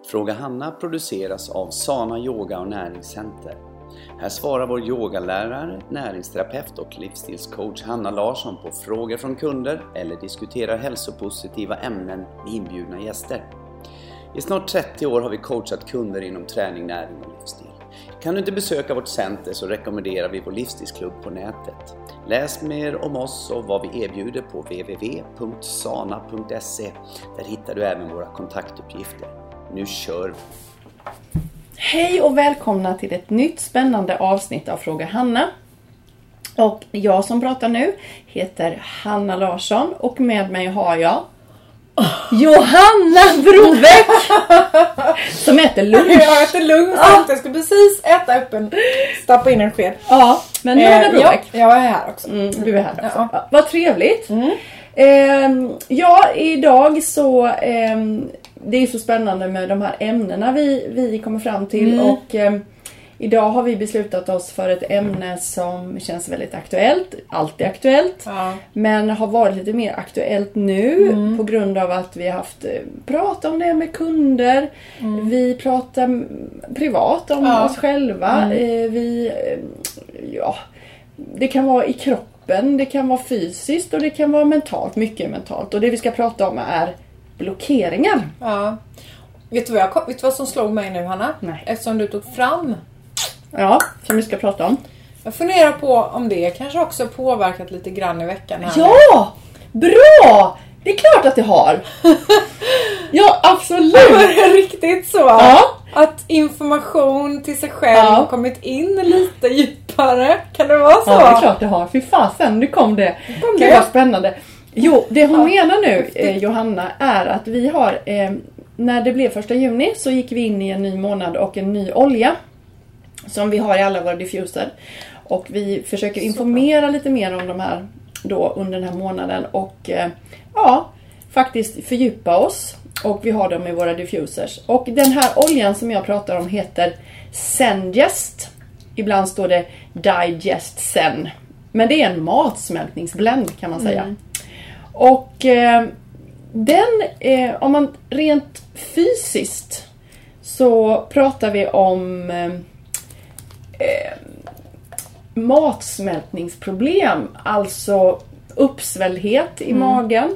Fråga Hanna produceras av Sana Yoga och Näringscenter. Här svarar vår yogalärare, näringsterapeut och livsstilscoach Hanna Larsson på frågor från kunder eller diskuterar hälsopositiva ämnen med inbjudna gäster. I snart 30 år har vi coachat kunder inom träning, näring och livsstil. Kan du inte besöka vårt center så rekommenderar vi vår livsstilsklubb på nätet. Läs mer om oss och vad vi erbjuder på www.sana.se. Där hittar du även våra kontaktuppgifter. Nu kör vi! Hej och välkomna till ett nytt spännande avsnitt av Fråga Hanna. Och jag som pratar nu heter Hanna Larsson och med mig har jag Johanna Brobeck som äter lunch. Jag äter lunch. Jag ska precis äta upp stappa in en sked. Ja, men Johanna Brobeck. Ja, jag är här också. Du är här också. Ja, vad trevligt. Idag så det är så spännande med de här ämnena vi kommer fram till och idag har vi beslutat oss för ett ämne som känns väldigt aktuellt, alltid aktuellt, men har varit lite mer aktuellt nu på grund av att vi har haft prat om det med kunder, vi pratar privat om oss själva, det kan vara i kroppen, det kan vara fysiskt och det kan vara mentalt, mycket mentalt, och det vi ska prata om är blockeringar. Ja. Vet du vad som slog mig nu, Hanna? Nej. Eftersom du tog fram. Ja, som vi ska prata om. Jag funderar på om det kanske också påverkat lite grann i veckan här. Ja! Bra! Det är klart att det har. Ja, absolut. Det var riktigt så. Ja. Att information till sig själv har kommit in lite djupare. Kan det vara så? Ja, det är klart det har. Fy fasen, nu kom det. Det var spännande. Jo, det hon menar nu, Johanna, är att vi har, när det blev 1 juni så gick vi in i en ny månad och en ny olja som vi har i alla våra diffuser. Och vi försöker informera lite mer om de här då under den här månaden och faktiskt fördjupa oss. Och vi har dem i våra diffusers. Och den här oljan som jag pratar om heter Zengest. Ibland står det Digest Zen. Men det är en matsmältningsblend kan man säga. Och om man rent fysiskt så pratar vi om matsmältningsproblem. Alltså uppsvällhet i magen,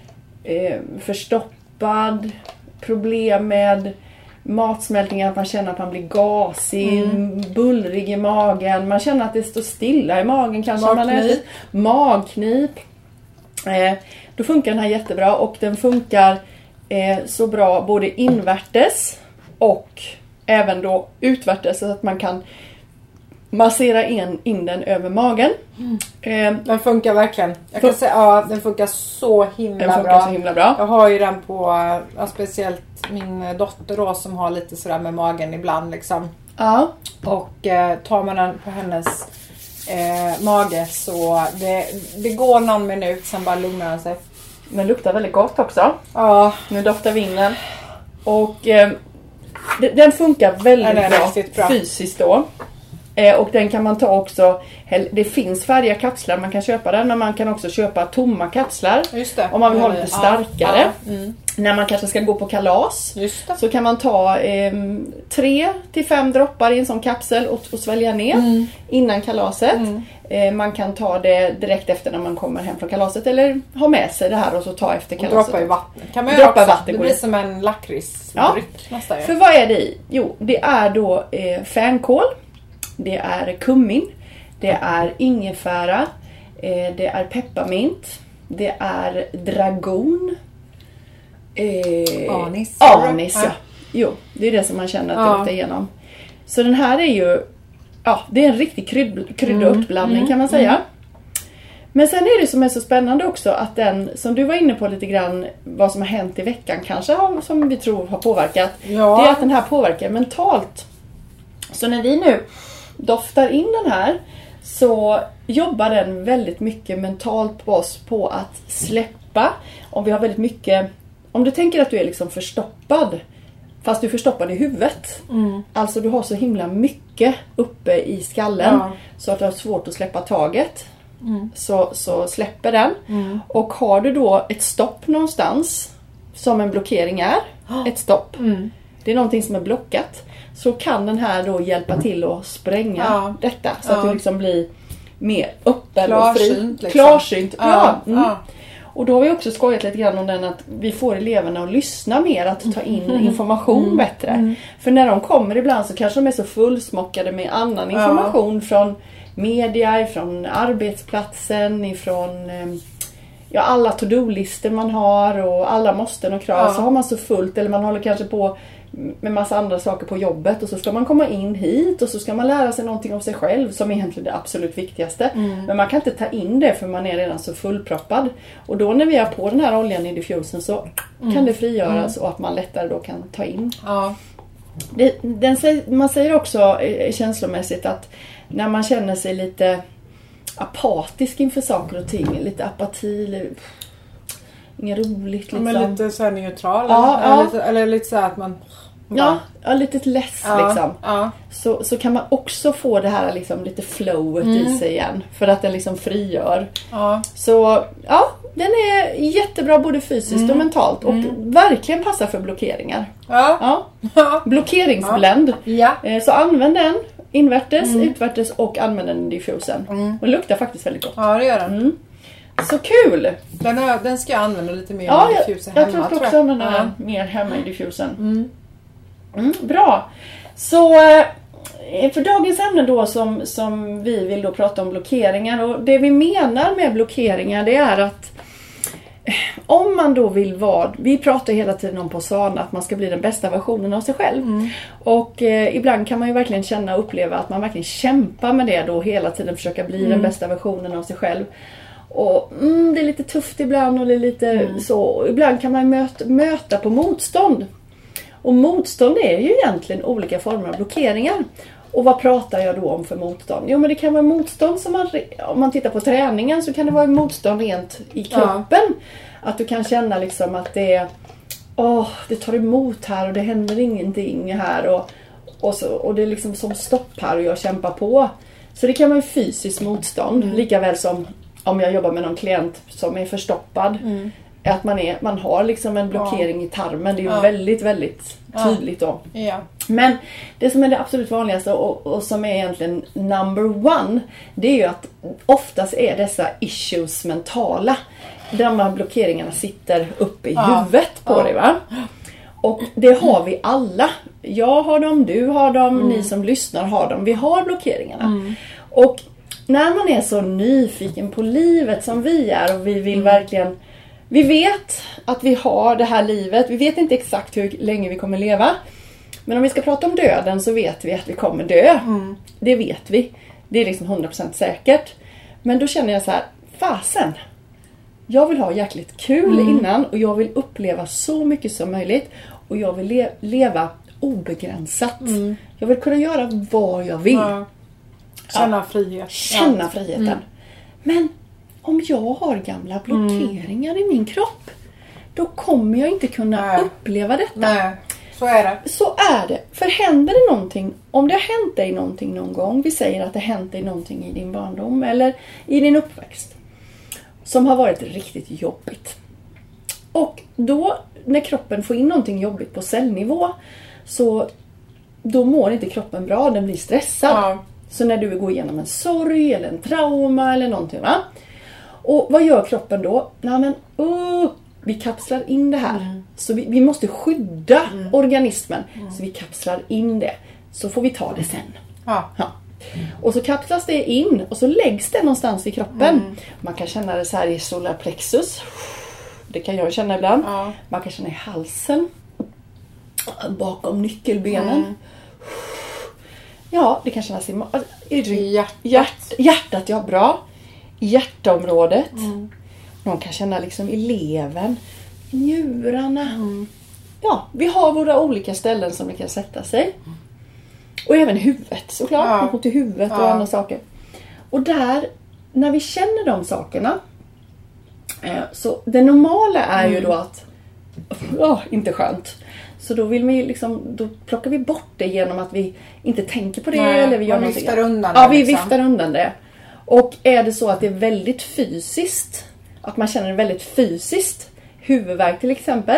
förstoppad, problem med matsmältningen, att man känner att man blir gasig, bullrig i magen, man känner att det står stilla i magen, kanske magknip. Då funkar den här jättebra och den funkar så bra både invärtes och även då utvärtes så att man kan massera in den över magen. Den funkar verkligen. Jag kan säga den funkar så himla bra. Jag har ju den på speciellt min dotter då som har lite sådär med magen ibland liksom. Ja. Och tar man den på hennes mage så det går någon minut sen bara lugnar den sig. Den luktar väldigt gott också. Ja. Nu doftar vinden. Och den funkar väldigt bra fysiskt då. Och den kan man ta också. Det finns färdiga kapslar, man kan köpa den. Men man kan också köpa tomma kapslar. Just det. Om man vill ha lite starkare. När man kanske ska gå på kalas. Så kan man ta 3-5 droppar i en sån kapsel och svälja ner innan kalaset. Man kan ta det direkt efter när man kommer hem från kalaset. Eller ha med sig det här och så ta efter kalaset. Och droppa i vatten. Kan man göra också. Det blir som en lakritsdryck nästan. För vad är det i? Jo, det är då fänkål. Det är kummin, det är ingefära, det är pepparmint, det är dragon, anis. Jo, det är det som man känner att det luktar igenom. Så den här är ju, det är en riktig krydda uppblandning kan man säga. Men sen är det som är så spännande också att den, som du var inne på lite grann, vad som har hänt i veckan kanske som vi tror har påverkat, det är att den här påverkar mentalt. Så när vi nu doftar in den här så jobbar den väldigt mycket mentalt på oss på att släppa. Om vi har väldigt mycket, om du tänker att du är liksom förstoppad fast du är förstoppad i huvudet. Alltså du har så himla mycket uppe i skallen så att du har svårt att släppa taget. Så släpper den. Och har du då ett stopp någonstans som en blockering är, ett stopp, det är någonting som är blockat, så kan den här då hjälpa till att spränga detta. Så att du liksom blir mer öppen och fri. Liksom. Klarsynt. Och då har vi också skojat lite grann om den, att vi får eleverna att lyssna mer, att ta in information bättre. För när de kommer ibland så kanske de är så fullsmockade med annan information från media, ifrån arbetsplatsen, ifrån alla to-do-listor man har och alla måsten och krav. Så har man så fullt, eller man håller kanske på med massa andra saker på jobbet, och så ska man komma in hit och så ska man lära sig någonting om sig själv som är egentligen det absolut viktigaste. Men man kan inte ta in det för man är redan så fullproppad. Och då när vi har på den här oljan i diffusen så kan det frigöras och att man lättare då kan ta in. Man säger också känslomässigt att när man känner sig lite apatisk inför saker och ting, lite apati, inget roligt liksom. Men lite så här neutral eller lite så här att man lite less liksom. Så kan man också få det här liksom lite flowet i sig igen, för att den liksom frigör. Så den är jättebra både fysiskt och mentalt, och verkligen passar för blockeringar. Blockeringsblend. Så använd den invärtes, utvärtes och använd den i diffusen. Och det luktar faktiskt väldigt gott. Ja, det gör den. Så kul! Den ska jag använda lite mer i diffusen hemma. Jag tror också använda den mer hemma i diffusen. Bra! Så för dagens ämne då som vi vill då prata om blockeringar. Och det vi menar med blockeringar, det är att om man då vill vi pratar hela tiden om på Sana att man ska bli den bästa versionen av sig själv. Och ibland kan man ju verkligen känna och uppleva att man verkligen kämpar med det då, hela tiden försöka bli den bästa versionen av sig själv. Och det är lite tufft ibland och det är lite så. Ibland kan man möta på motstånd. Och motstånd är ju egentligen olika former av blockeringar. Och vad pratar jag då om för motstånd? Jo, men det kan vara motstånd som om man tittar på träningen så kan det vara motstånd rent i kroppen. Att du kan känna liksom att det tar emot här och det händer ingenting här. Och det är liksom som stopp här och jag kämpar på. Så det kan vara fysiskt motstånd. Lika väl som om jag jobbar med någon klient som är förstoppad. Att man har liksom en blockering i tarmen. Det är ju väldigt, väldigt tydligt då. Men det som är det absolut vanligaste och som är egentligen number one, det är ju att oftast är dessa issues mentala. De här blockeringarna sitter uppe i huvudet på dig, va? Och det har vi alla. Jag har dem, du har dem, ni som lyssnar har dem. Vi har blockeringarna. Och när man är så nyfiken på livet som vi är och vi vill verkligen... Vi vet att vi har det här livet. Vi vet inte exakt hur länge vi kommer leva. Men om vi ska prata om döden så vet vi att vi kommer dö. Det vet vi. Det är liksom 100% säkert. Men då känner jag så här, fasen. Jag vill ha jäkligt kul innan och jag vill uppleva så mycket som möjligt. Och jag vill leva obegränsat. Jag vill kunna göra vad jag vill. Känna frihet. Känna friheten. Men om jag har gamla blockeringar i min kropp, då kommer jag inte kunna uppleva detta. Nej, så är det. Så är det. För händer det någonting, om det har hänt dig någonting någon gång, vi säger att det hänt dig någonting i din barndom eller i din uppväxt som har varit riktigt jobbigt. Och då när kroppen får in någonting jobbigt på cellnivå, så då mår inte kroppen bra, den blir stressad. Så när du går igenom en sorg eller en trauma eller någonting, va? Och vad gör kroppen då? Vi kapslar in det här. Så vi måste skydda organismen. Så vi kapslar in det. Så får vi ta det sen. Och så kapslas det in och så läggs det någonstans i kroppen. Man kan känna det så här i solarplexus. Det kan jag känna ibland. Man kan känna i halsen. Bakom nyckelbenen. Ja, det kan kännas i hjärtat. Ja, bra. Hjärtområdet. Någon kan känna liksom i levern, njurarna. Ja, vi har våra olika ställen som det kan sätta sig. Och även huvudet såklart. Mot i huvudet och andra saker. Och där, när vi känner de sakerna, så det normala är ju då att inte skönt. Så då vill vi liksom, då plockar vi bort det genom att vi inte tänker på det. Eller vi gör någonting. Viftar undan det. Ja, vi viftar undan det. Och är det så att det är väldigt fysiskt, att man känner det väldigt fysiskt, huvudvärk till exempel,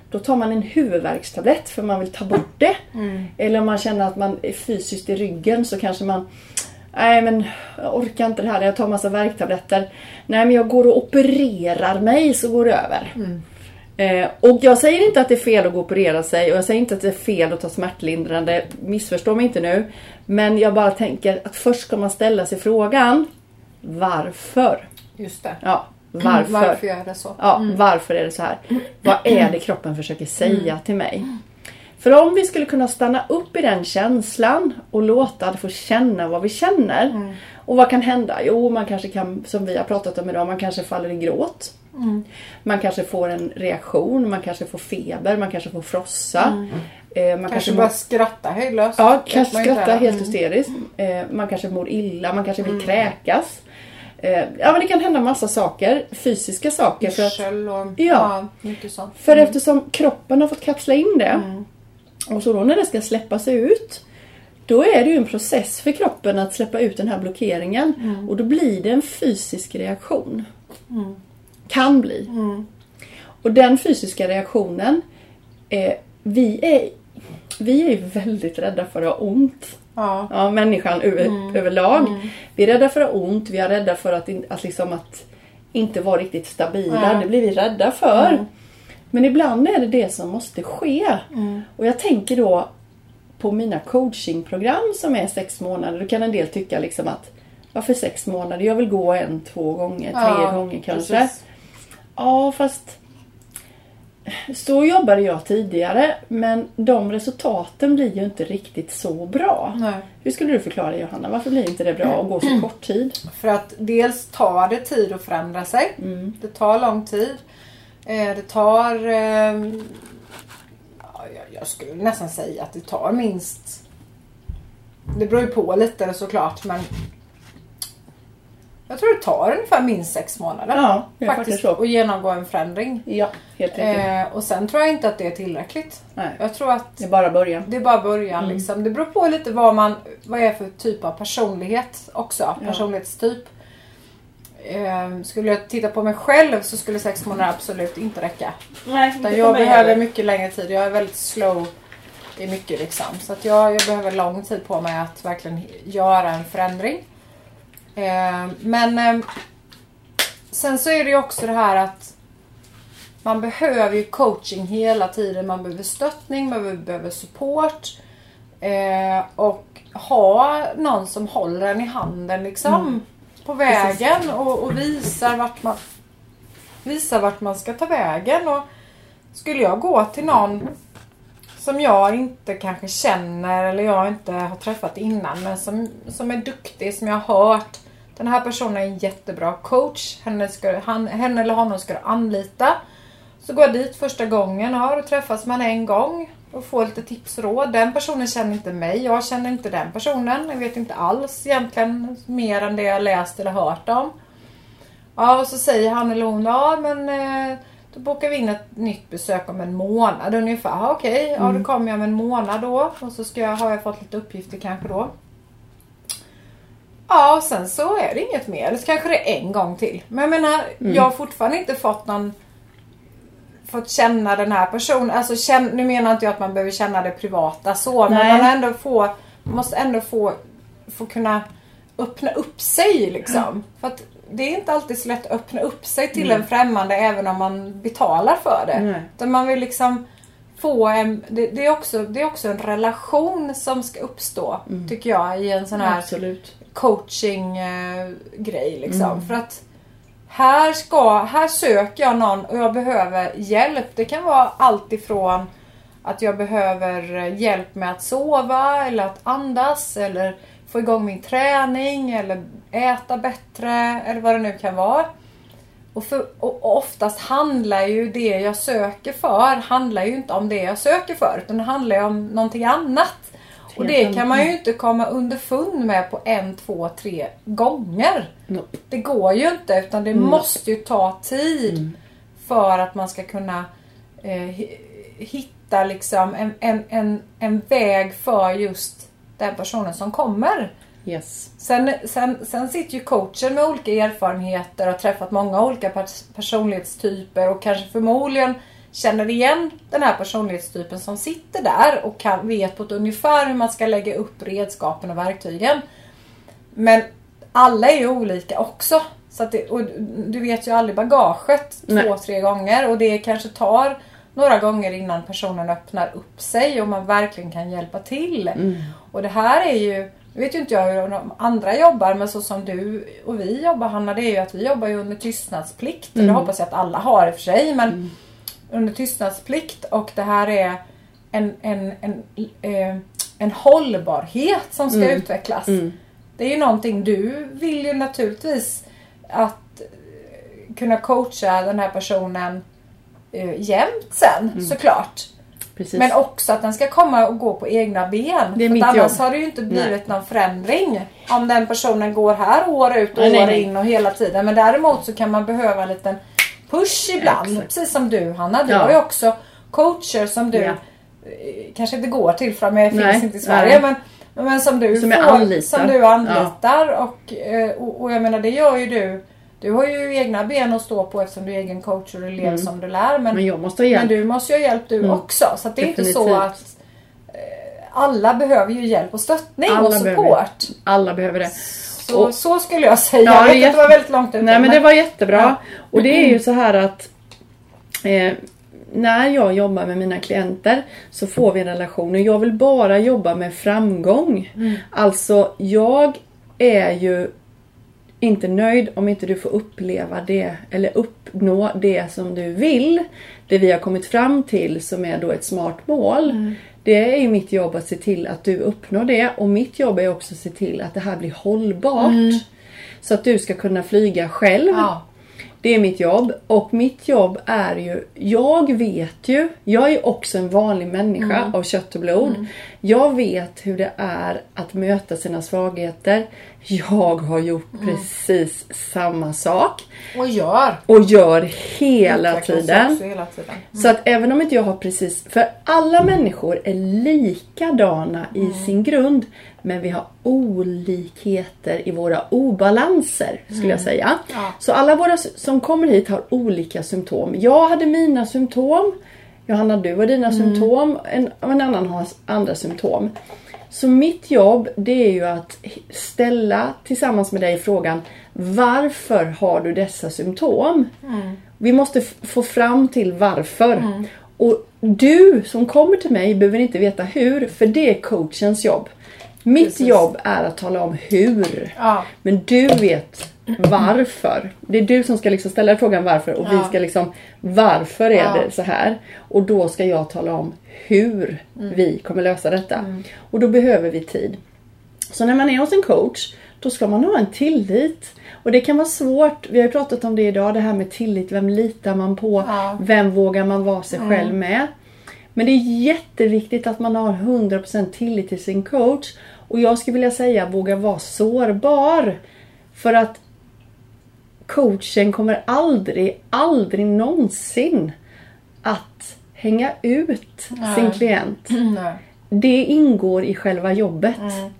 då tar man en huvudvärkstablett för man vill ta bort det. Eller om man känner att man är fysiskt i ryggen så kanske man, nej men jag orkar inte det här, jag tar massa värktabletter. Nej men jag går och opererar mig så går det över. Och jag säger inte att det är fel att gå och operera sig och jag säger inte att det är fel att ta smärtlindrande, missförstå mig inte nu. Men jag bara tänker att först ska man ställa sig frågan, varför? Just det. Ja, varför? Varför gör det så? Ja, varför är det så här? Vad är det kroppen försöker säga till mig? För om vi skulle kunna stanna upp i den känslan och låta det få känna vad vi känner. Och vad kan hända? Jo, man kanske kan, som vi har pratat om idag, man kanske faller i gråt. Man kanske får en reaktion, man kanske får feber, man kanske får frossa. Man kanske bara skratta höjlöst. Ja, kanske skratta helt hysteriskt. Man kanske mår illa, man kanske vill kräkas. Ja, men det kan hända massa saker, fysiska saker. Mycket sånt. För eftersom kroppen har fått kapsla in det. Och så då när det ska släppas ut, då är det ju en process för kroppen att släppa ut den här blockeringen. Och då blir det en fysisk reaktion. Kan bli. Och den fysiska reaktionen, vi är ju väldigt rädda för att ha ont. Ja, människan överlag. Vi är rädda för att ha ont, vi är rädda för att inte vara riktigt stabila. Det blir vi rädda för. Men ibland är det som måste ske. Och jag tänker då på mina coachingprogram som är 6 månader. Då kan en del tycka liksom att varför 6 månader? Jag vill gå 1, 2 gånger, 3 gånger kanske. Precis. Ja, fast så jobbade jag tidigare. Men de resultaten blir ju inte riktigt så bra. Nej. Hur skulle du förklara, Johanna? Varför blir inte det bra att gå så kort tid? För att dels tar det tid att förändra sig. Det tar lång tid. Det tar... jag skulle nästan säga att det tar minst... Det beror ju på lite såklart, men... Jag tror det tar ungefär minst 6 månader. Ja, faktiskt. Och genomgå en förändring. Ja, helt riktigt. Och sen tror jag inte att det är tillräckligt. Nej. Jag tror att... Det är bara början. Det är bara början liksom. Det beror på lite vad är för typ av personlighet också. Personlighetstyp. Skulle jag titta på mig själv så skulle 6 månader absolut inte räcka. Nej, utan jag behöver mycket längre tid. Jag är väldigt slow i mycket liksom. Så att jag behöver lång tid på mig att verkligen göra en förändring. Men sen så är det ju också det här att man behöver ju coaching hela tiden. Man behöver stöttning, man behöver support. Och ha någon som håller en i handen liksom. På vägen och visar vart man ska ta vägen. Och skulle jag gå till någon som jag inte kanske känner eller jag inte har träffat innan, men som är duktig, som jag har hört, den här personen är en jättebra coach, henne eller honom ska du anlita, så går jag dit första gången, då träffas man en gång och får lite tips och råd. Den personen känner inte mig, jag känner inte den personen, jag vet inte alls egentligen mer än det jag läst eller hört om. Ja, och så säger han eller hon, då bokar vi in ett nytt besök om en månad ungefär. Okej, då kommer jag om en månad då. Och så har jag fått lite uppgifter kanske då. Ja, och sen så är det inget mer. Eller så kanske det är en gång till. Men jag menar, jag har fortfarande inte fått känna den här personen. Alltså, nu menar inte jag att man behöver känna det privata så. Nej. Men man måste ändå få kunna öppna upp sig liksom. För att det är inte alltid så lätt att öppna upp sig till en främmande även om man betalar för det. Utan man vill liksom få det är också en relation som ska uppstå tycker jag i en sån här coaching grej liksom. För att här söker jag någon och jag behöver hjälp. Det kan vara allt ifrån att jag behöver hjälp med att sova eller att andas eller få igång min träning eller äta bättre eller vad det nu kan vara. Och oftast handlar ju det jag söker för handlar ju inte om det jag söker för, utan det handlar ju om någonting annat. Och det kan man ju inte komma underfund med på 1, 2, 3 gånger. Nope. Det går ju inte, utan det måste ju ta tid för att man ska kunna hitta liksom en väg för just den personen som kommer. Yes. Sen sitter ju coachen med olika erfarenheter och har träffat många olika personlighetstyper och kanske förmodligen känner igen den här personlighetstypen som sitter där och vet på ett ungefär hur man ska lägga upp redskapen och verktygen. Men alla är ju olika också. Så att och du vet ju aldrig bagaget 2-3 gånger. Och det kanske tar några gånger innan personen öppnar upp sig och man verkligen kan hjälpa till. Och det här är ju, jag vet ju inte jag hur de andra jobbar, men så som du och vi jobbar, Hanna, det är ju att vi jobbar ju under tystnadsplikt. Det hoppas jag att alla har i och för sig, men under tystnadsplikt. Och det här är en hållbarhet som ska utvecklas. Det är ju någonting du vill ju naturligtvis att kunna coacha den här personen jämt sen, såklart. Precis. Men också att den ska komma och gå på egna ben. Det är för annars har det ju inte blivit någon förändring. Om den personen går här år ut och år in och hela tiden. Men däremot så kan man behöva en liten push ibland. Exakt. Precis som du, Hanna. Du har ju också coacher som du kanske inte går till, för mig finns inte i Sverige. Men som du anlitar. Och jag menar, det gör ju du. Du har ju egna ben att stå på eftersom du är egen coach och elev som du lär. Men jag måste ha hjälp. Men du måste ju ha hjälp du också. Så att det är inte så att alla behöver ju hjälp och stöttning och support. Alla behöver det. Så skulle jag säga. Ja, det var väldigt långt ut. Nej, men det var jättebra. Ja. Och det är ju så här att när jag jobbar med mina klienter så får vi en relation. Och jag vill bara jobba med framgång. Alltså, jag är ju inte nöjd om inte du får uppleva det eller uppnå det som du vill. Det vi har kommit fram till som är då ett smart mål. Det är ju mitt jobb att se till att du uppnår det. Och mitt jobb är också att se till att det här blir hållbart. Så att du ska kunna flyga själv. Ja. Det är mitt jobb. Och mitt jobb är ju, jag är ju också en vanlig människa av kött och blod. Jag vet hur det är att möta sina svagheter. Jag har gjort precis samma sak. Och gör hela tiden. Så att även om inte jag har precis, för alla människor är likadana i sin grund. Men vi har olikheter i våra obalanser, skulle jag säga. Ja. Så alla våra som kommer hit har olika symptom. Jag hade mina symptom. Johanna, du har dina symptom. En annan har andra symptom. Så mitt jobb, det är ju att ställa tillsammans med dig frågan: varför har du dessa symptom? Vi måste få fram till varför. Och du som kommer till mig behöver inte veta hur, för det är coachens jobb. Mitt jobb är att tala om hur. Ja. Men du vet varför. Det är du som ska liksom ställa frågan varför. Och vi ska liksom, varför är det så här? Och då ska jag tala om hur vi kommer lösa detta. Och då behöver vi tid. Så när man är hos en coach, då ska man ha en tillit. Och det kan vara svårt. Vi har ju pratat om det idag. Det här med tillit. Vem litar man på? Ja. Vem vågar man vara sig själv med? Men det är jätteviktigt att man har 100% tillit till sin coach. Och jag skulle vilja säga, våga vara sårbar. För att coachen kommer aldrig någonsin att hänga ut sin klient. Det ingår i själva jobbet.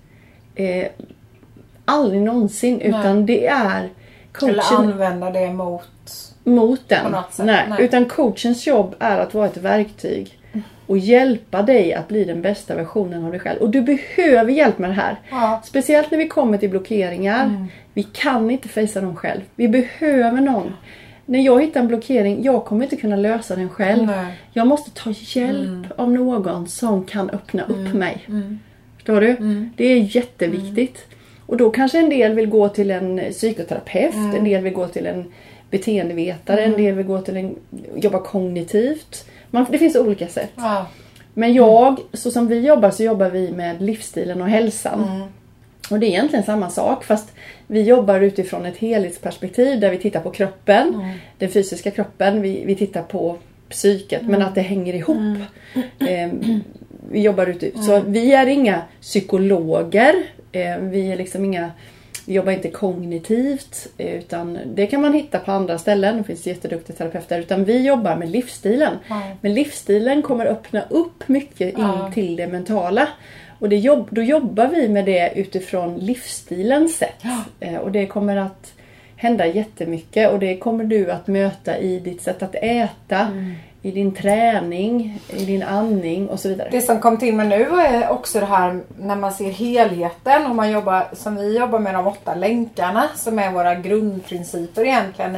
Aldrig någonsin, utan det är coachen. Eller använda det mot den. Nej. Utan coachens jobb är att vara ett verktyg. Och hjälpa dig att bli den bästa versionen av dig själv. Och du behöver hjälp med det här. Ja. Speciellt när vi kommer till blockeringar. Vi kan inte fejsa dem själv. Vi behöver någon. När jag hittar en blockering, jag kommer inte kunna lösa den själv. Nej. Jag måste ta hjälp av någon som kan öppna upp mig. Förstår du? Det är jätteviktigt. Och då kanske en del vill gå till en psykoterapeut. En del vill gå till en beteendevetare. En del vill gå till jobba kognitivt. Det finns olika sätt. Ja. Men så som vi jobbar, så jobbar vi med livsstilen och hälsan. Och det är egentligen samma sak, fast vi jobbar utifrån ett helhetsperspektiv där vi tittar på kroppen, den fysiska kroppen, vi tittar på psyket, men att det hänger ihop. Vi jobbar så vi är inga psykologer, vi är liksom vi jobbar inte kognitivt, utan det kan man hitta på andra ställen. Det finns jätteduktiga terapeuter. Utan vi jobbar med livsstilen. Men livsstilen kommer öppna upp mycket in till det mentala. Och då jobbar vi med det utifrån livsstilens sätt. Och det kommer att hända jättemycket. Och det kommer du att möta i ditt sätt att äta. i din träning, i din andning och så vidare. Det som kom till mig nu är också det här när man ser helheten och man jobbar, som vi jobbar med de 8 länkarna som är våra grundprinciper egentligen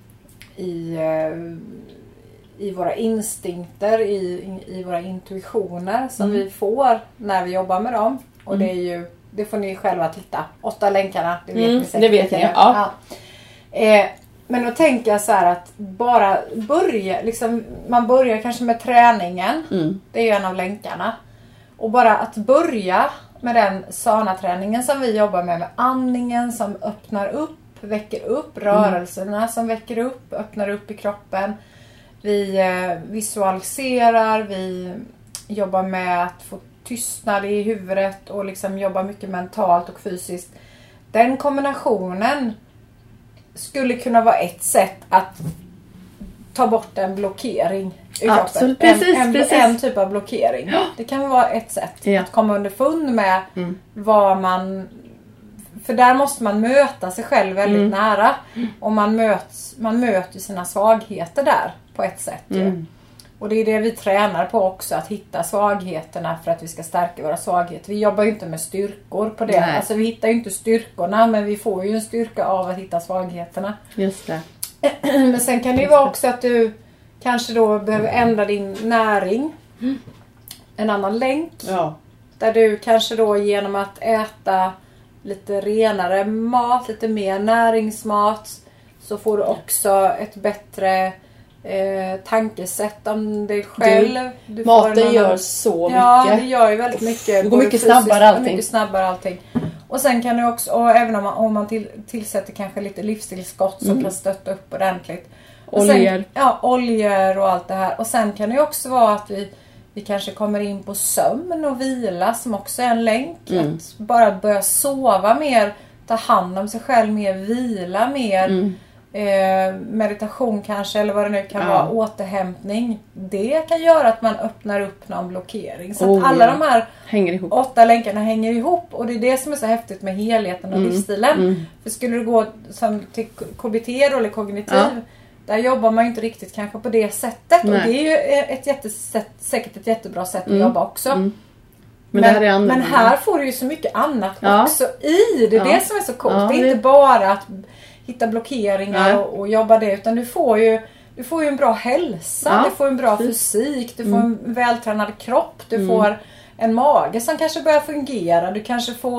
i våra instinkter, i våra intuitioner som vi får när vi jobbar med dem. Och det får ni själva titta. 8 länkarna, det vet ni säkert. Det vet ni, ja. Men då tänker jag så här att bara börja, liksom, man börjar kanske med träningen. Det är ju en av länkarna. Och bara att börja med den sana-träningen som vi jobbar med andningen som öppnar upp, väcker upp, rörelserna som väcker upp, öppnar upp i kroppen. Vi visualiserar, vi jobbar med att få tystnad i huvudet och liksom jobbar mycket mentalt och fysiskt. Den kombinationen skulle kunna vara ett sätt att ta bort en blockering i kroppen. Absolut, precis. En typ av blockering. Ja. Det kan vara ett sätt att komma underfund med vad man... För där måste man möta sig själv väldigt nära. Och man möter sina svagheter där på ett sätt. Och det är det vi tränar på också. Att hitta svagheterna för att vi ska stärka våra svagheter. Vi jobbar ju inte med styrkor på det. Nej. Alltså vi hittar ju inte styrkorna. Men vi får ju en styrka av att hitta svagheterna. Just det. Men sen kan det ju vara också att du kanske då behöver ändra din näring. En annan länk. Ja. Där du kanske då genom att äta lite renare mat, lite mer näringsmat, så får du också ett bättre tankesätt om dig själv. Maten gör så mycket. Ja, det gör ju väldigt mycket. Det går mycket snabbare mycket snabbare allting. Och sen kan du också, och även om man tillsätter kanske lite livstillskott som kan stötta upp ordentligt. Oljor. Oljor och allt det här. Och sen kan det också vara att vi kanske kommer in på sömn och vila som också är en länk. Att bara börja sova mer, ta hand om sig själv mer, vila mer. Meditation kanske, eller vad det nu kan vara, återhämtning. Det kan göra att man öppnar upp någon blockering. Så att alla de här 8 länkarna hänger ihop. Och det är det som är så häftigt med helheten och livsstilen. För skulle du gå som till KBT då, eller kognitiv, där jobbar man ju inte riktigt kanske på det sättet. Nej. Och det är ju säkert ett jättebra sätt att jobba också. Men här får du ju så mycket annat också i. Det är det som är så coolt. Det är inte bara att hitta blockeringar och jobba det, utan du får ju en bra hälsa, du får en bra fysik, du får en vältränad kropp, du får en mage som kanske börjar fungera, du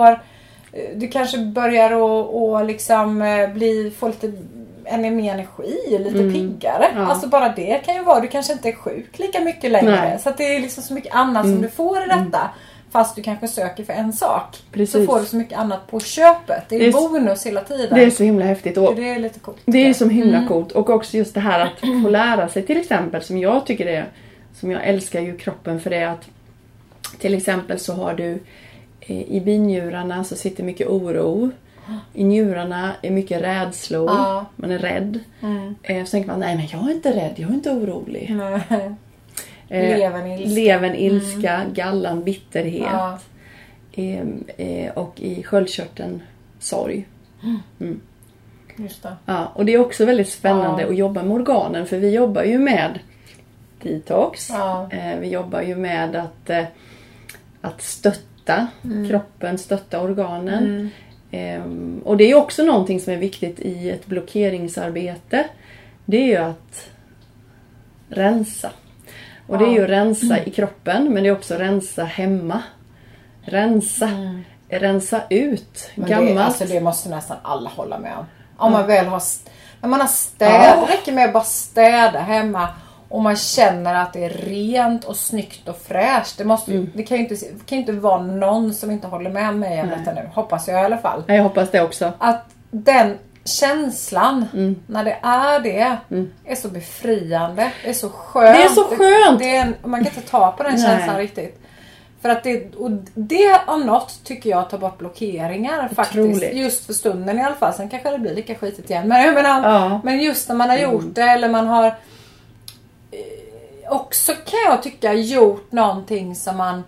kanske börjar och liksom få lite mer energi, lite piggare. Alltså bara det kan ju vara, du kanske inte är sjuk lika mycket längre. Nej. Så att det är liksom så mycket annat som du får i detta. Fast du kanske söker för en sak. Precis. Så får du så mycket annat på köpet. Det är bonus hela tiden. Det är så himla häftigt. Och det är lite coolt. Det är så himla coolt. Och också just det här att få lära sig till exempel, som jag tycker det är, som jag älskar ju kroppen för det, att till exempel så har du i binjurarna så sitter mycket oro. I njurarna är mycket rädslor. Man är rädd. Så tänker man, nej men jag är inte rädd, jag är inte orolig. Leven, ilska, gallan, bitterhet. Och i sköldkörteln sorg. Just det. Ja, och det är också väldigt spännande att jobba med organen. För vi jobbar ju med detox. Vi jobbar ju med att stötta kroppen, stötta organen. Och det är också någonting som är viktigt i ett blockeringsarbete. Det är ju att rensa. Och det är ju rensa i kroppen, men det är också rensa hemma. Rensa ut gammalt. Det måste nästan alla hålla med om. Om man väl har, när man har städat, det räcker med att bara städa hemma. Och man känner att det är rent och snyggt och fräscht. Det kan ju inte vara någon som inte håller med mig om detta nu. Hoppas jag i alla fall. Ja, jag hoppas det också. Att den känslan, när det är så befriande. Det är så skönt. Det är så skönt. Man kan inte ta på den känslan riktigt. För att det om något tycker jag tar bort blockeringar faktiskt. Just för stunden i alla fall. Sen kanske det blir lika skitigt igen. Men jag menar, men just när man har gjort det, eller man har också, kan jag tycka, gjort någonting som man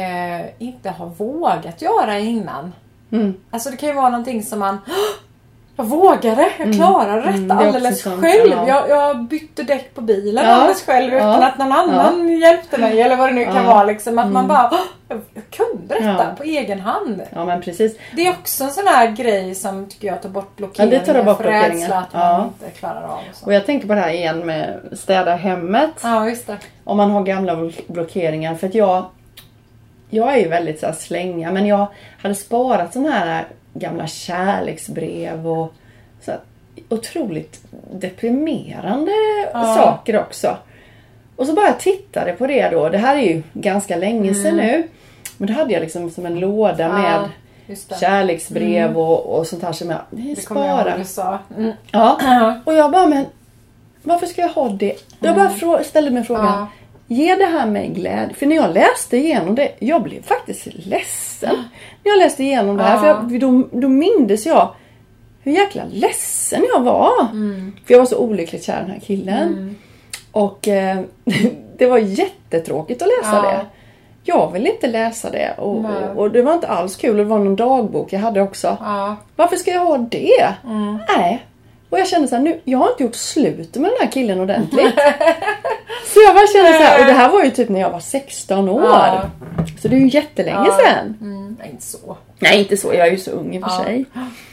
inte har vågat göra innan. Alltså det kan ju vara någonting som man Jag vågade, jag klarade detta alldeles själv. Jag bytte däck på bilen alldeles själv utan att någon annan hjälpte mig eller vad det nu kan vara liksom. Att man bara, jag kunde detta på egen hand. Ja, men precis. Det är också en sån här grej som tycker jag tar bort blockeringen. Det tar bort blockeringen. Att man inte klarar av. Och jag tänker på det här igen med städa hemmet. Ja, just det. Om man har gamla blockeringar. För att jag är ju väldigt så här slänga. Men jag hade sparat sån här gamla kärleksbrev och så otroligt deprimerande saker också. Och så bara tittade på det då. Det här är ju ganska länge sedan nu. Men då hade jag liksom som en låda med kärleksbrev och sånt här som jag sparar. Ja. Och jag bara, men varför ska jag ha det? Jag bara ställde mig frågan. Ge det här med glädje. För när jag läste igenom det, jag blev faktiskt ledsen. När jag läste igenom det här. För då mindes jag hur jäkla ledsen jag var. För jag var så olyckligt kär den här killen. Och det var jättetråkigt att läsa det. Jag ville inte läsa det. Och det var inte alls kul. Det var någon dagbok jag hade också. Varför ska jag ha det? Nej. Och jag kände så här, nu, jag har inte gjort slut med den här killen ordentligt. Så jag bara kände så här, och det här var ju typ när jag var 16 år. Så det är ju jättelänge sedan. Nej, inte så. Nej, inte så. Jag är ju så ung i och för sig.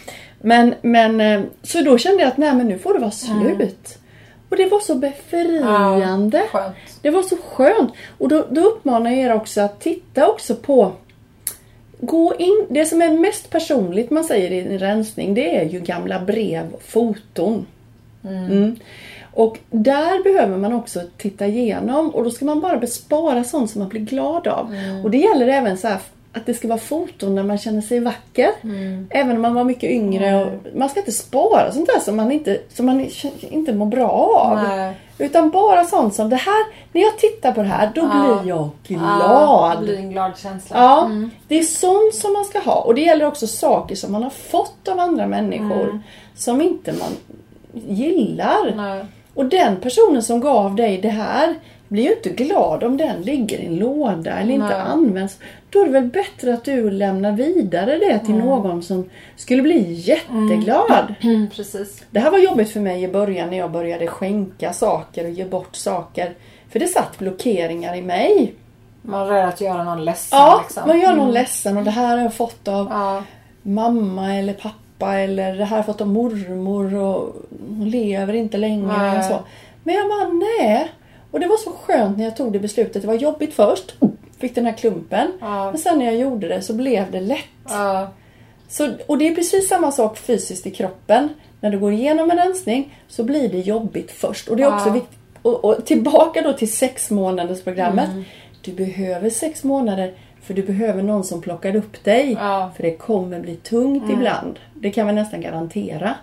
Men så då kände jag att nej, men nu får det vara slut. Och det var så befriande. Det var så skönt. Och då uppmanar jag er också att titta också på, gå in, det som är mest personligt man säger i en rensning, det är ju gamla brev och foton. Och där behöver man också titta igenom, och då ska man bara bespara sånt som man blir glad av. Och det gäller även så här att det ska vara foton när man känner sig vacker. Även om man var mycket yngre. Och man ska inte spara sånt där som man inte mår bra av. Nej. Utan bara sånt som det här. När jag tittar på det här, då blir jag glad. Det blir en glad känsla. Ja, det är sånt som man ska ha. Och det gäller också saker som man har fått av andra människor. Som inte man gillar. Nej. Och den personen som gav dig det här blir ju inte glad om den ligger i en låda eller inte används. Då är det väl bättre att du lämnar vidare det till någon som skulle bli jätteglad. Precis. Det här var jobbigt för mig i början när jag började skänka saker och ge bort saker. För det satt blockeringar i mig. Man är rädd att göra någon ledsen. Ja, liksom. Man gör någon ledsen, och det här har jag fått av mamma eller pappa, eller det här har jag fått av mormor och hon lever inte längre och så. Men jag bara, nej. Och det var så skönt när jag tog det beslutet. Det var jobbigt först. Fick den här klumpen. Men sen när jag gjorde det så blev det lätt. Så, och det är precis samma sak fysiskt i kroppen. När du går igenom en rensning så blir det jobbigt först. Och det är också viktigt. Och tillbaka då till 6 månaders programmet. Du behöver 6 månader. För du behöver någon som plockar upp dig. För det kommer bli tungt ibland. Det kan man nästan garantera.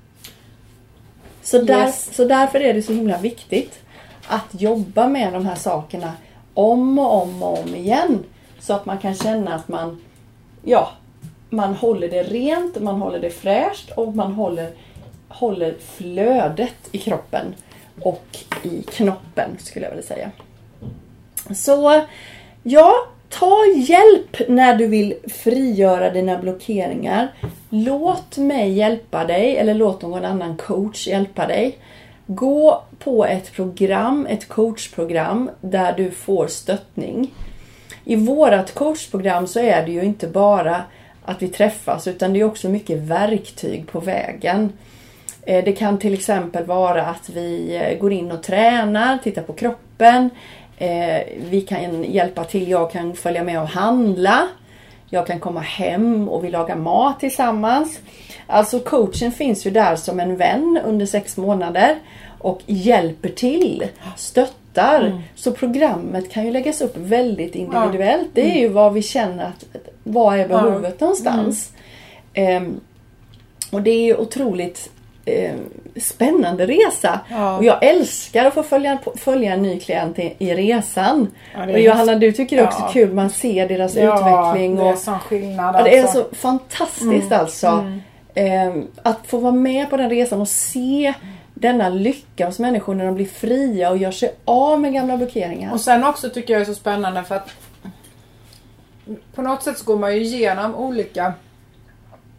Så därför är det så himla viktigt att jobba med de här sakerna om och om igen. Så att man kan känna att man håller det rent, man håller det fräscht och man håller flödet i kroppen och i knoppen, skulle jag vilja säga. Så ta hjälp när du vill frigöra dina blockeringar. Låt mig hjälpa dig, eller låt någon annan coach hjälpa dig. Gå på ett coachprogram där du får stöttning. I vårat coachprogram så är det ju inte bara att vi träffas, utan det är också mycket verktyg på vägen. Det kan till exempel vara att vi går in och tränar, tittar på kroppen. Vi kan hjälpa till, jag kan följa med och handla. Jag kan komma hem och vi lagar mat tillsammans. Alltså coachen finns ju där som en vän under 6 månader. Och hjälper till, stöttar. Så programmet kan ju läggas upp väldigt individuellt. Det är ju vad vi känner att, vad är behovet någonstans. Och det är ju otroligt spännande resa. Och jag älskar att få följa en ny klient i resan. Och Johanna, du tycker det är också kul, man ser deras utveckling. Det är sån skillnad. Det är så fantastiskt alltså. Att få vara med på den resan och se denna lycka hos människor när de blir fria och gör sig av med gamla blockeringar. Och sen också tycker jag är så spännande för att på något sätt så går man ju igenom olika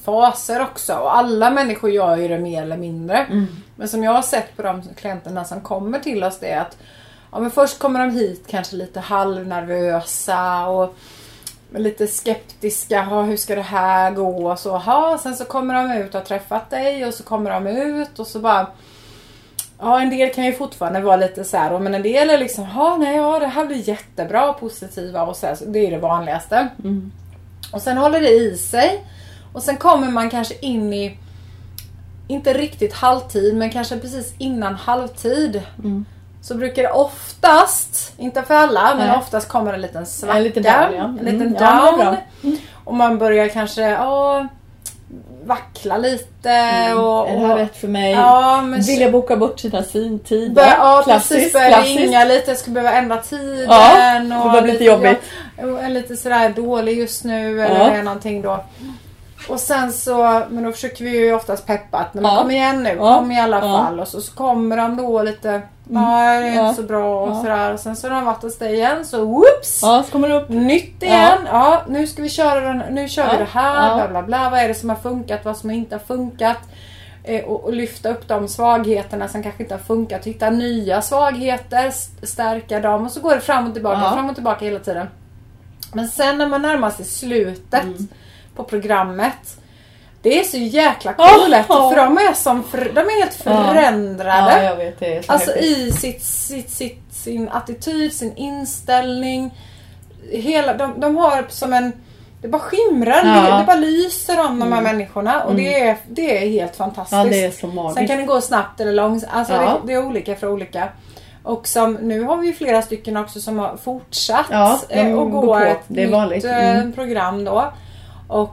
faser också. Och alla människor gör ju det mer eller mindre. Men som jag har sett på de klienterna som kommer till oss, det är att men först kommer de hit kanske lite halvnervösa och lite skeptiska. Hur ska det här gå? Och så, sen så kommer de ut och har träffat dig och så kommer de ut och så bara... Ja, en del kan ju fortfarande vara lite så här, men en del är liksom, det här blir jättebra, positiva och så här, så det är det vanligaste. Och sen håller det i sig och sen kommer man kanske in i, inte riktigt halvtid, men kanske precis innan halvtid. Så brukar det oftast, inte för alla, men oftast kommer en liten svacka, en liten down. Och man börjar kanske, vackla lite och... Är det här rätt för mig? Vill jag boka bort sina syntider? Klassiskt. Ringa lite, jag ska behöva ändra tiden. Och det blir lite jobbigt. Jag är lite sådär dålig just nu eller någonting då. Och sen så, men då försöker vi ju oftast peppa att när man kommer igen nu, kom i alla fall. Och så kommer de då lite, det är inte så bra och sådär. Och sen så har de varit hos dig igen, så whoops! Så kommer det upp. Nytt igen. Nu ska vi köra nu kör vi det här, bla bla bla. Vad är det som har funkat, vad som inte har funkat? Och lyfta upp de svagheterna som kanske inte har funkat. Hitta nya svagheter, stärka dem. Och så går det fram och tillbaka hela tiden. Men sen när man närmar sig slutet på programmet, det är så jäkla coolt för de är helt förändrade. Ja, jag vet, det är så alltså häftigt. i sin attityd, sin inställning, hela de har som en, det bara skimrar, det bara lyser om de här människorna och det är helt fantastiskt. Ja, det är så magiskt. Sen kan det gå snabbt eller långsamt, alltså det är olika för olika. Och som, nu har vi ju flera stycken också som har fortsatt och går ett nytt program då. Och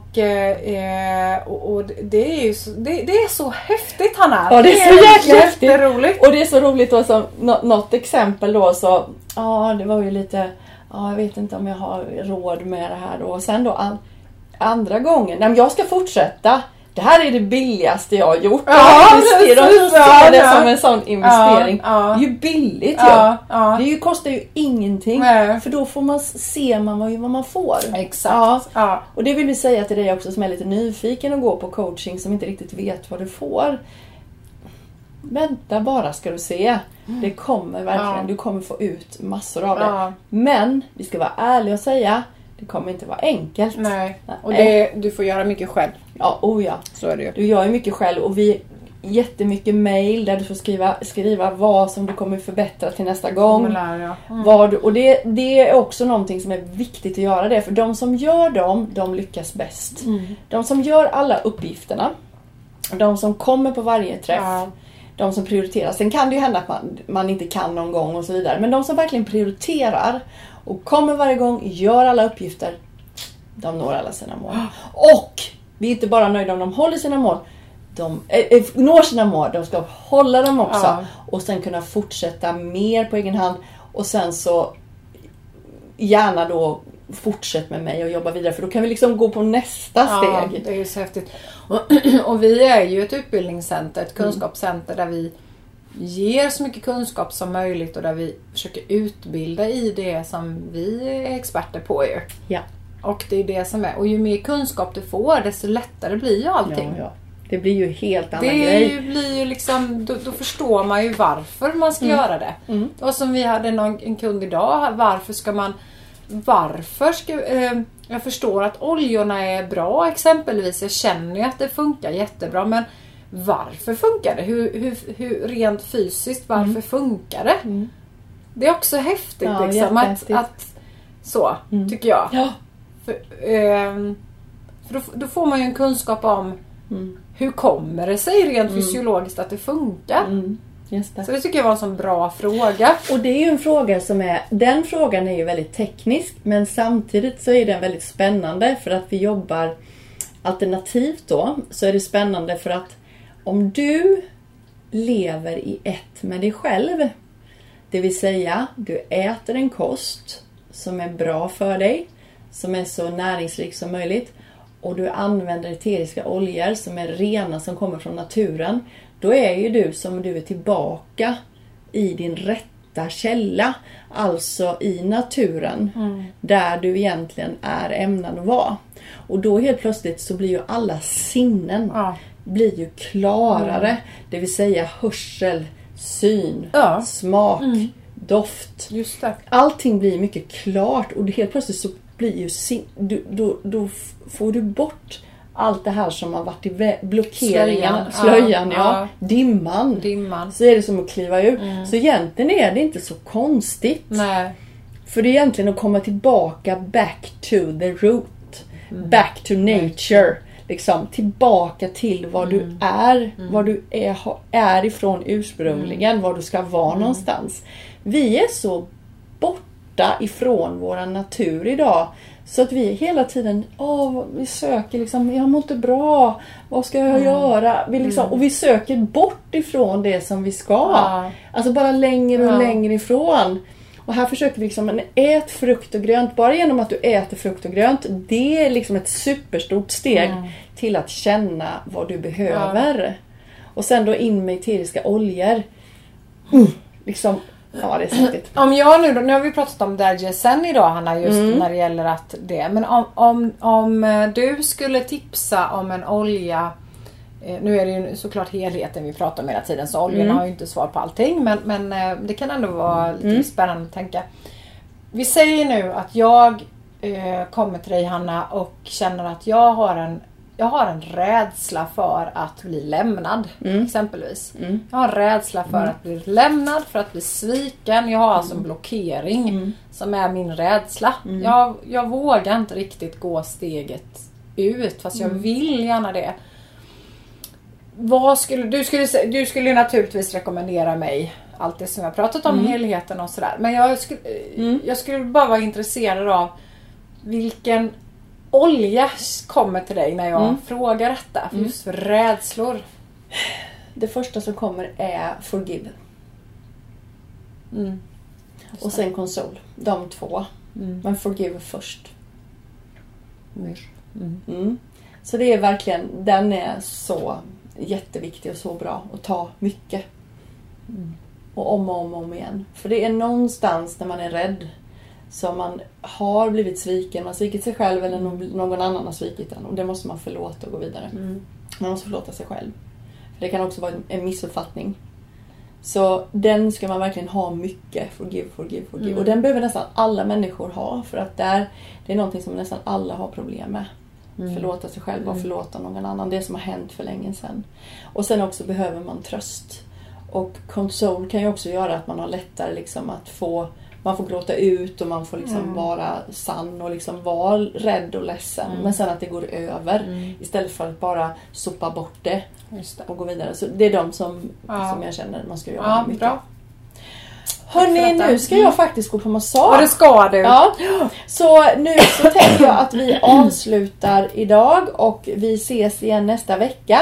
det är ju så, det är så häftigt han är. Ja, det är så jäkla häftigt. Och det är så roligt då, som något exempel då, så det var ju lite, jag vet inte om jag har råd med det här då. Och sen då andra gången, nej, men jag ska fortsätta. Det här är det billigaste jag har gjort. De ser det som en sån investering. Det är ju billigt. Det kostar ju ingenting. För då får man ser man vad man får. Exakt. Och det vill vi säga till dig också som är lite nyfiken och går på coaching, som inte riktigt vet vad du får. Vänta bara, ska du se. Det kommer verkligen. Du kommer få ut massor av det. Men vi ska vara ärliga och säga, det kommer inte vara enkelt. Nej. Och du får göra mycket själv. Så är det ju. Du gör ju mycket själv och vi jättemycket mejl där du får skriva vad som du kommer förbättra till nästa gång. Och det är också någonting som är viktigt att göra det. För de som gör de lyckas bäst. De som gör alla uppgifterna, de som kommer på varje träff, de som prioriterar. Sen kan det ju hända att man inte kan någon gång och så vidare. Men de som verkligen prioriterar och kommer varje gång, gör alla uppgifter, de når alla sina mål. Och vi är inte bara nöjda om de håller sina mål. De når sina mål, de ska hålla dem också. Och sen kunna fortsätta mer på egen hand. Och sen så gärna då fortsätt med mig och jobba vidare. För då kan vi liksom gå på nästa steg. Det är ju så häftigt. Och vi är ju ett utbildningscenter, ett kunskapscenter där vi ger så mycket kunskap som möjligt och där vi försöker utbilda i det som vi är experter på ju. Ja. Och det är det som är. Och ju mer kunskap du får, desto lättare blir ju allting. Ja. Det blir ju helt annan grej. Det blir ju liksom, då förstår man ju varför man ska göra det. Och som vi hade en kund idag, jag förstår att oljorna är bra exempelvis. Jag känner ju att det funkar jättebra, men varför funkar det? Hur rent fysiskt, varför funkar det? Det är också häftigt liksom, att så tycker jag. Ja. För då får man ju en kunskap om hur kommer det sig rent fysiologiskt att det funkar. Just det. Så det tycker jag var en sån bra fråga. Och det är ju en fråga den frågan är ju väldigt teknisk, men samtidigt så är den väldigt spännande för att vi jobbar alternativt då. Så är det spännande för att om du lever i ett med dig själv, det vill säga du äter en kost som är bra för dig, som är så näringsrik som möjligt, och du använder eteriska oljor som är rena, som kommer från naturen, då är ju du som du är tillbaka i din rätta källa. Alltså i naturen. Där du egentligen är ämnad att vara. Och då helt plötsligt så blir ju alla sinnen blir ju klarare. Det vill säga hörsel, syn, smak, doft. Just det. Allting blir mycket klart. Och helt plötsligt så blir ju då får du bort allt det här som har varit i blockeringen, slöjan, dimman. Så är det som att kliva ur. Så egentligen är det inte så konstigt. Nej. För det är egentligen att komma tillbaka back to the root. Back to nature. Liksom tillbaka till vad du är. Vad du är ifrån ursprungligen. Var du ska vara någonstans. Vi är så borta ifrån våran natur idag. Så att vi hela tiden, vi söker liksom, jag mår inte bra, vad ska jag göra? Vi liksom, och vi söker bort ifrån det som vi ska. Alltså bara längre och längre ifrån. Och här försöker vi liksom, ät frukt och grönt. Bara genom att du äter frukt och grönt, det är liksom ett superstort steg till att känna vad du behöver. Och sen då in med eteriska oljor. Liksom... Ja, det är säkert. Om jag nu har vi pratat om Digestion idag, Hanna, just när det gäller att det. Men om du skulle tipsa om en olja, nu är det ju såklart helheten vi pratar om hela tiden, så oljorna har ju inte svar på allting, men det kan ändå vara lite spännande att tänka. Vi säger nu att jag kommer till dig, Hanna, och känner att jag har en rädsla för att bli lämnad, exempelvis. Jag har en rädsla för att bli lämnad, för att bli sviken. Jag har alltså en blockering som är min rädsla. Jag vågar inte riktigt gå steget ut, fast jag vill gärna det. Du skulle naturligtvis rekommendera mig allt det som jag pratat om, helheten och sådär. Men jag skulle bara vara intresserad av vilken olja kommer till dig när jag frågar detta. Just för rädslor. Det första som kommer är Forgive. Och sen Console. De två. Men Forgive först. Så det är verkligen, den är så jätteviktig och så bra. Och ta mycket. Och om igen. För det är någonstans när man är rädd, så man har blivit sviken, man har svikit sig själv eller någon annan har svikit den. Och det måste man förlåta och gå vidare. Man måste förlåta sig själv. För det kan också vara en missuppfattning. Så den ska man verkligen ha mycket. Forgive. Och den behöver nästan alla människor ha. För att det är någonting som nästan alla har problem med. Förlåta sig själv och förlåta någon annan. Det som har hänt för länge sedan. Och sen också behöver man tröst. Och console kan ju också göra att man har lättare liksom att få... Man får gråta ut och man får liksom vara sann och liksom vara rädd och ledsen. Men sen att det går över. Istället för att bara sopa bort det. Och gå vidare. Så det är de som jag känner man ska göra mycket. Bra. Hörrni, nu ska jag faktiskt gå på massage. Ja, det ska du. Ja. Så nu så tänker jag att vi avslutar idag. Och vi ses igen nästa vecka.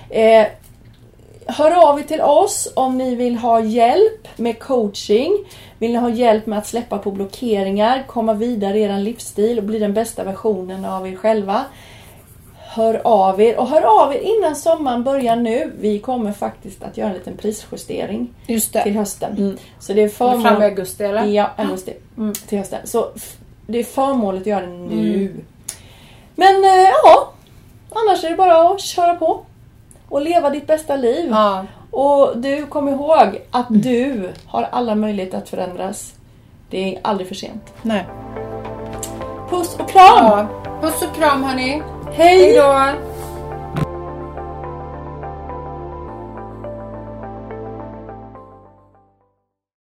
Hör av er till oss om ni vill ha hjälp med coaching. Vill ni ha hjälp med att släppa på blockeringar, komma vidare i er livsstil och bli den bästa versionen av er själva. Hör av er. Och hör av er innan sommaren börjar nu. Vi kommer faktiskt att göra en liten prisjustering till hösten. Så det är fram i augusti, eller? Ja, augusti till hösten. Så det är förmålet att göra det nu. Men annars är det bara att köra på. Och leva ditt bästa liv. Ja. Och du kommer ihåg att du har alla möjligheter att förändras. Det är aldrig för sent. Nej. Puss och kram! Ja. Puss och kram, hörni. Hej! Hej då!